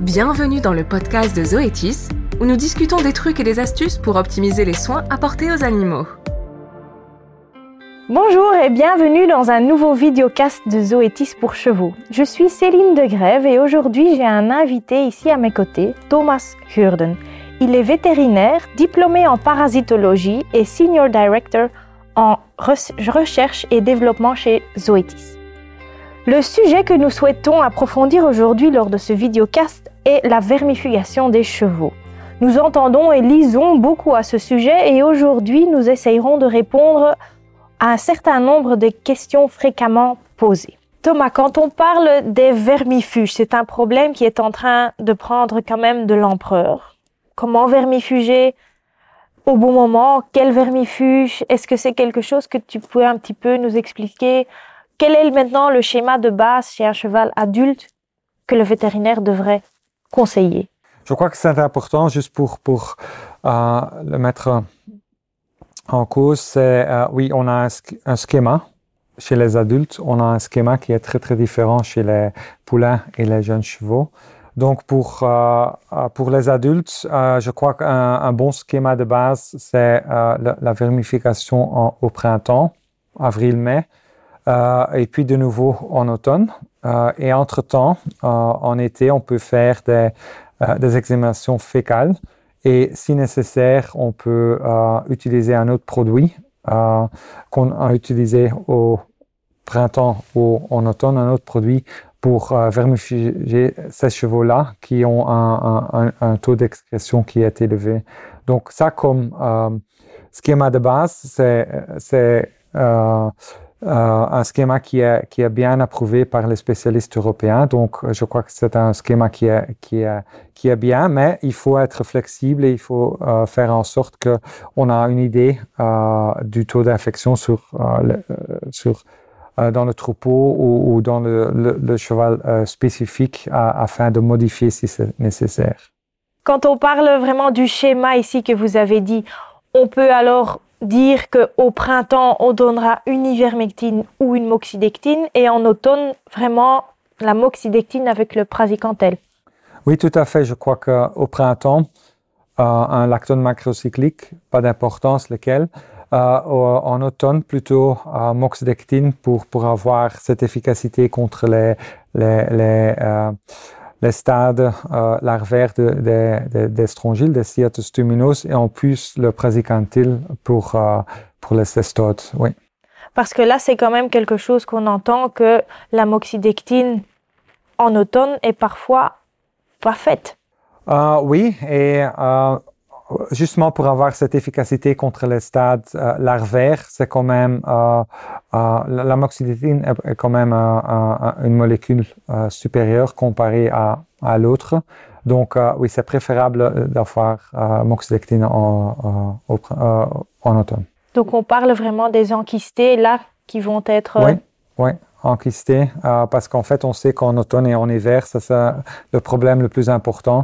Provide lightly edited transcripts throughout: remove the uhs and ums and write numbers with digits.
Bienvenue dans le podcast de Zoétis, où nous discutons des trucs et des astuces pour optimiser les soins apportés aux animaux. Bonjour et bienvenue dans un nouveau vidéocast de Zoétis pour chevaux. Je suis Céline Degrève et aujourd'hui j'ai un invité ici à mes côtés, Thomas Hurden. Il est vétérinaire, diplômé en parasitologie et Senior Director en recherche et développement chez Zoétis. Le sujet que nous souhaitons approfondir aujourd'hui lors de ce vidéocast est la vermifugation des chevaux. Nous entendons et lisons beaucoup à ce sujet et aujourd'hui nous essayerons de répondre à un certain nombre de questions fréquemment posées. Thomas, quand on parle des vermifuges, c'est un problème qui est en train de prendre quand même de l'ampleur. Comment vermifuger au bon moment? Quel vermifuge? Est-ce que c'est quelque chose que tu peux un petit peu nous expliquer? Quel est maintenant le schéma de base chez un cheval adulte que le vétérinaire devrait conseiller? Je crois que c'est important, juste pour le mettre en cause, c'est oui, on a un schéma chez les adultes, on a un schéma qui est très très différent chez les poulains et les jeunes chevaux. Donc pour les adultes, je crois qu'un bon schéma de base, c'est la vermification au printemps, avril-mai. Et puis de nouveau en automne. Et entre-temps, en été, on peut faire des exhumations fécales. Et si nécessaire, on peut utiliser un autre produit qu'on a utilisé au printemps ou en automne, un autre produit pour vermifuger ces chevaux-là qui ont un taux d'excrétion qui est élevé. Donc ça, comme schéma de base, c'est un schéma qui est bien approuvé par les spécialistes européens. Donc, je crois que c'est un schéma qui est bien, mais il faut être flexible et il faut faire en sorte qu'on a une idée du taux d'infection dans le troupeau ou dans le cheval spécifique afin de modifier si c'est nécessaire. Quand on parle vraiment du schéma ici que vous avez dit, on peut alors dire qu'au printemps, on donnera une ivermectine ou une moxidectine et en automne, vraiment, la moxidectine avec le praziquantel. Oui, tout à fait. Je crois qu'au printemps, un lactone macrocyclique, pas d'importance lequel. En automne, plutôt moxidectine pour avoir cette efficacité contre les stades larvaires des strongyles, des cyatostuminoses, et en plus le praziquantel pour les cestodes. Oui. Parce que là, c'est quand même quelque chose qu'on entend que la moxidectine en automne est parfois pas faite. Oui, et justement pour avoir cette efficacité contre les stades larvaires, c'est quand même la moxidectine est quand même une molécule supérieure comparée à l'autre. Donc oui, c'est préférable d'avoir moxidectine en automne. Donc on parle vraiment des enquistés là qui vont être. Oui. Enquistés, parce qu'en fait, on sait qu'en automne et en hiver, c'est le problème le plus important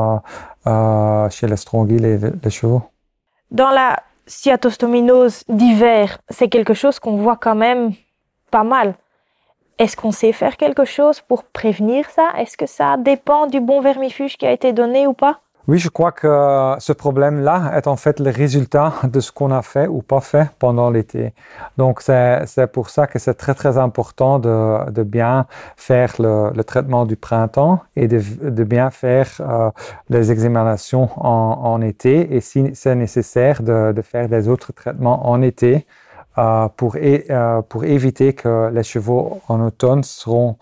chez les strongyles et les chevaux. Dans la cyatostominose d'hiver, c'est quelque chose qu'on voit quand même pas mal. Est-ce qu'on sait faire quelque chose pour prévenir ça? Est-ce que ça dépend du bon vermifuge qui a été donné ou pas? Oui, je crois que ce problème-là est en fait le résultat de ce qu'on a fait ou pas fait pendant l'été. Donc, c'est pour ça que c'est très, très important de bien faire le traitement du printemps et de bien faire les examinations en été. Et si c'est nécessaire, de faire des autres traitements en été pour éviter que les chevaux en automne seront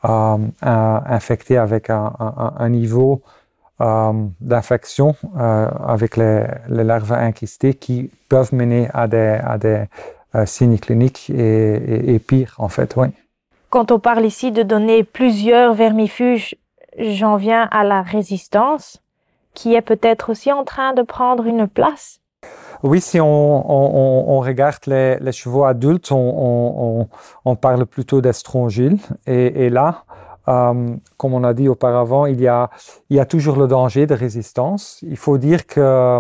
infectés avec un niveau d'infection avec les larves enquistées qui peuvent mener à des signes cliniques et pire en fait, oui. Quand on parle ici de donner plusieurs vermifuges, j'en viens à la résistance qui est peut-être aussi en train de prendre une place. Oui, si on regarde les chevaux adultes, on parle plutôt des strongyles et là, comme on a dit auparavant, il y a toujours le danger de résistance. Il faut dire que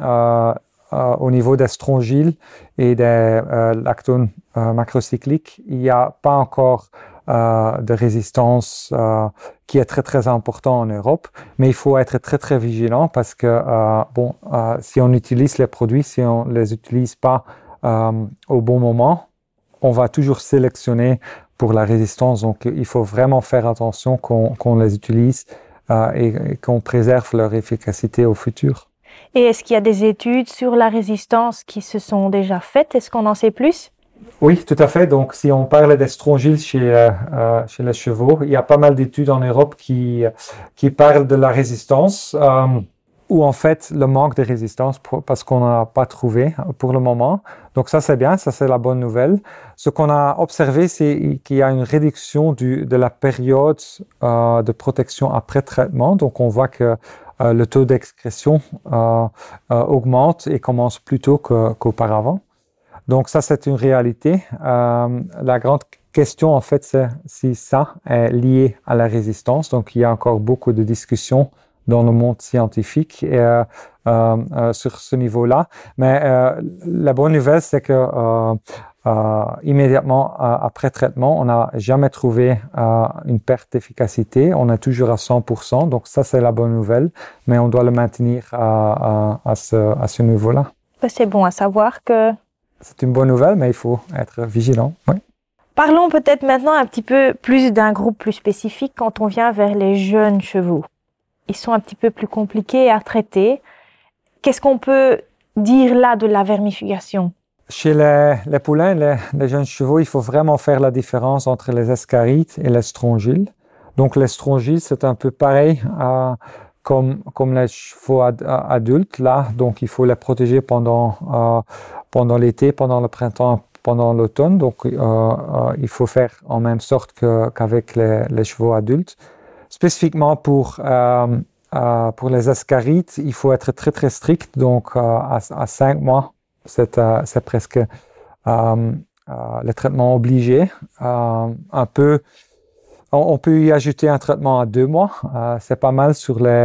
au niveau des strongyles et des lactones macrocycliques, il n'y a pas encore de résistance qui est très très important en Europe, mais il faut être très très vigilant parce que si on utilise les produits, si on les utilise pas au bon moment, on va toujours sélectionner pour la résistance. Donc il faut vraiment faire attention qu'on les utilise et qu'on préserve leur efficacité au futur. Et est-ce qu'il y a des études sur la résistance qui se sont déjà faites? Est-ce qu'on en sait plus? Oui, tout à fait. Donc, si on parle des strongyles chez les chevaux, il y a pas mal d'études en Europe qui parlent de la résistance ou en fait le manque de résistance parce qu'on n'en a pas trouvé pour le moment. Donc ça, c'est bien, ça c'est la bonne nouvelle. Ce qu'on a observé, c'est qu'il y a une réduction de la période de protection après traitement. Donc, on voit que le taux d'excrétion augmente et commence plus tôt qu'auparavant. Donc ça, c'est une réalité. La grande question, en fait, c'est si ça est lié à la résistance. Donc, il y a encore beaucoup de discussions dans le monde scientifique sur ce niveau-là. Mais la bonne nouvelle, c'est que immédiatement après traitement, on n'a jamais trouvé une perte d'efficacité. On est toujours à 100%. Donc ça, c'est la bonne nouvelle. Mais on doit le maintenir à ce niveau-là. C'est bon à savoir que... C'est une bonne nouvelle, mais il faut être vigilant. Oui. Parlons peut-être maintenant un petit peu plus d'un groupe plus spécifique quand on vient vers les jeunes chevaux. Ils sont un petit peu plus compliqués à traiter. Qu'est-ce qu'on peut dire là de la vermifugation? Chez les poulains, les jeunes chevaux, il faut vraiment faire la différence entre les escarites et les strongyles. Donc les strongyles, c'est un peu pareil comme les chevaux adultes là. Donc il faut les protéger pendant l'été, pendant le printemps, pendant l'automne. Donc il faut faire en même sorte qu'avec les chevaux adultes. Spécifiquement pour les ascarites, il faut être très très strict. Donc à 5 mois, c'est presque le traitement obligé. Un peu, on peut y ajouter un traitement à 2 mois. C'est pas mal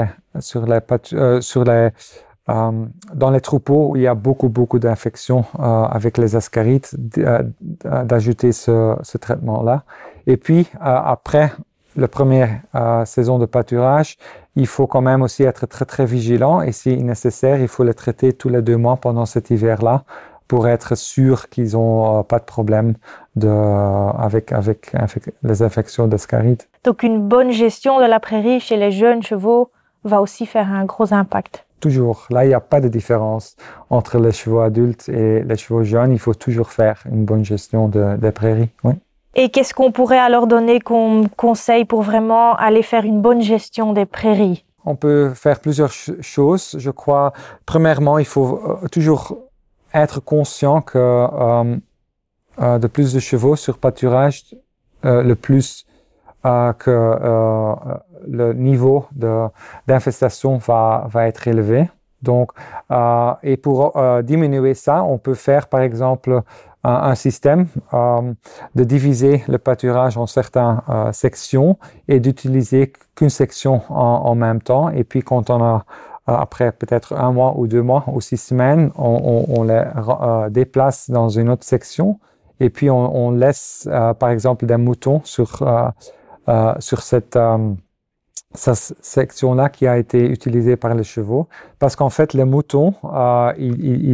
dans les troupeaux où il y a beaucoup d'infections avec les ascarites, d'ajouter ce traitement-là. Et puis après la première saison de pâturage, il faut quand même aussi être très très vigilant et si nécessaire, il faut les traiter tous les 2 mois pendant cet hiver-là pour être sûr qu'ils n'ont pas de problème avec les infections d'ascarides. Donc une bonne gestion de la prairie chez les jeunes chevaux va aussi faire un gros impact. Toujours. Là, il n'y a pas de différence entre les chevaux adultes et les chevaux jeunes. Il faut toujours faire une bonne gestion des prairies. Oui. Et qu'est-ce qu'on pourrait alors donner comme conseil pour vraiment aller faire une bonne gestion des prairies? On peut faire plusieurs choses, je crois. Premièrement, il faut toujours être conscient que de plus de chevaux sur pâturage, le plus que le niveau d'infestation va être élevé. Donc, et pour diminuer ça, on peut faire par exemple un système de diviser le pâturage en certaines sections et d'utiliser qu'une section en même temps. Et puis quand on a après peut-être 1 mois ou 2 mois ou 6 semaines, on les déplace dans une autre section et puis on laisse par exemple des moutons sur cette section-là qui a été utilisée par les chevaux, parce qu'en fait les moutons ils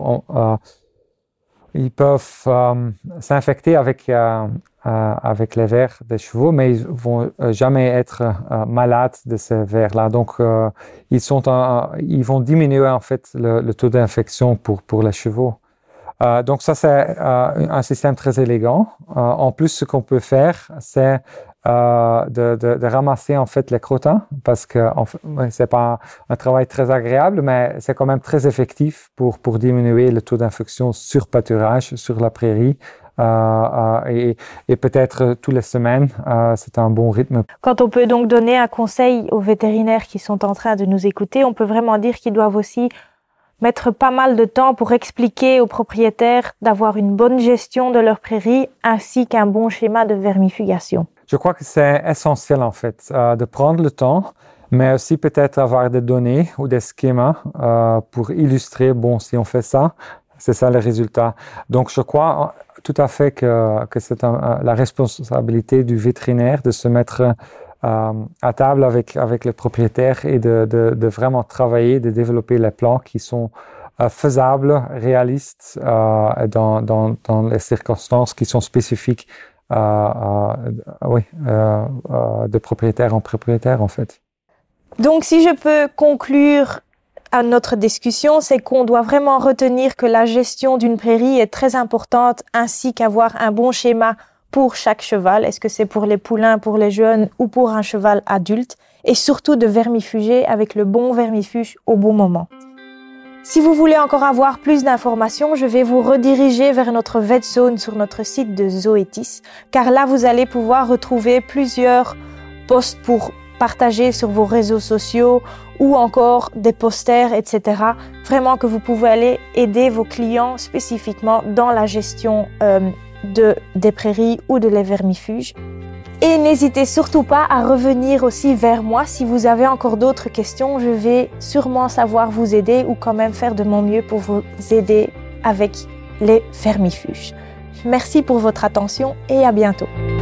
peuvent s'infecter avec les vers des chevaux, mais ils vont jamais être malades de ces vers-là. Donc ils vont diminuer en fait le taux d'infection pour les chevaux. Donc ça c'est un système très élégant. En plus, ce qu'on peut faire, c'est de ramasser en fait les crottins, parce que c'est pas un travail très agréable, mais c'est quand même très effectif pour diminuer le taux d'infection sur pâturage, sur la prairie. Et peut-être toutes les semaines, c'est un bon rythme. Quand on peut donc donner un conseil aux vétérinaires qui sont en train de nous écouter, on peut vraiment dire qu'ils doivent aussi mettre pas mal de temps pour expliquer aux propriétaires d'avoir une bonne gestion de leur prairie ainsi qu'un bon schéma de vermifugation. Je crois que c'est essentiel en fait de prendre le temps, mais aussi peut-être avoir des données ou des schémas pour illustrer, bon, si on fait ça, C'est ça le résultat. Donc, je crois tout à fait que c'est la responsabilité du vétérinaire de se mettre à table avec les propriétaires et de vraiment travailler, de développer les plans qui sont faisables, réalistes dans les circonstances qui sont spécifiques de propriétaire en propriétaire, en fait. Donc, si je peux conclure à notre discussion, c'est qu'on doit vraiment retenir que la gestion d'une prairie est très importante, ainsi qu'avoir un bon schéma pour chaque cheval. Est-ce que c'est pour les poulains, pour les jeunes ou pour un cheval adulte? Et surtout de vermifuger avec le bon vermifuge au bon moment. Si vous voulez encore avoir plus d'informations, je vais vous rediriger vers notre vet zone sur notre site de Zoetis, car là vous allez pouvoir retrouver plusieurs posts pour partager sur vos réseaux sociaux ou encore des posters, etc. Vraiment que vous pouvez aller aider vos clients spécifiquement dans la gestion des prairies ou de les vermifuges. Et n'hésitez surtout pas à revenir aussi vers moi si vous avez encore d'autres questions. Je vais sûrement savoir vous aider ou quand même faire de mon mieux pour vous aider avec les vermifuges. Merci pour votre attention et à bientôt.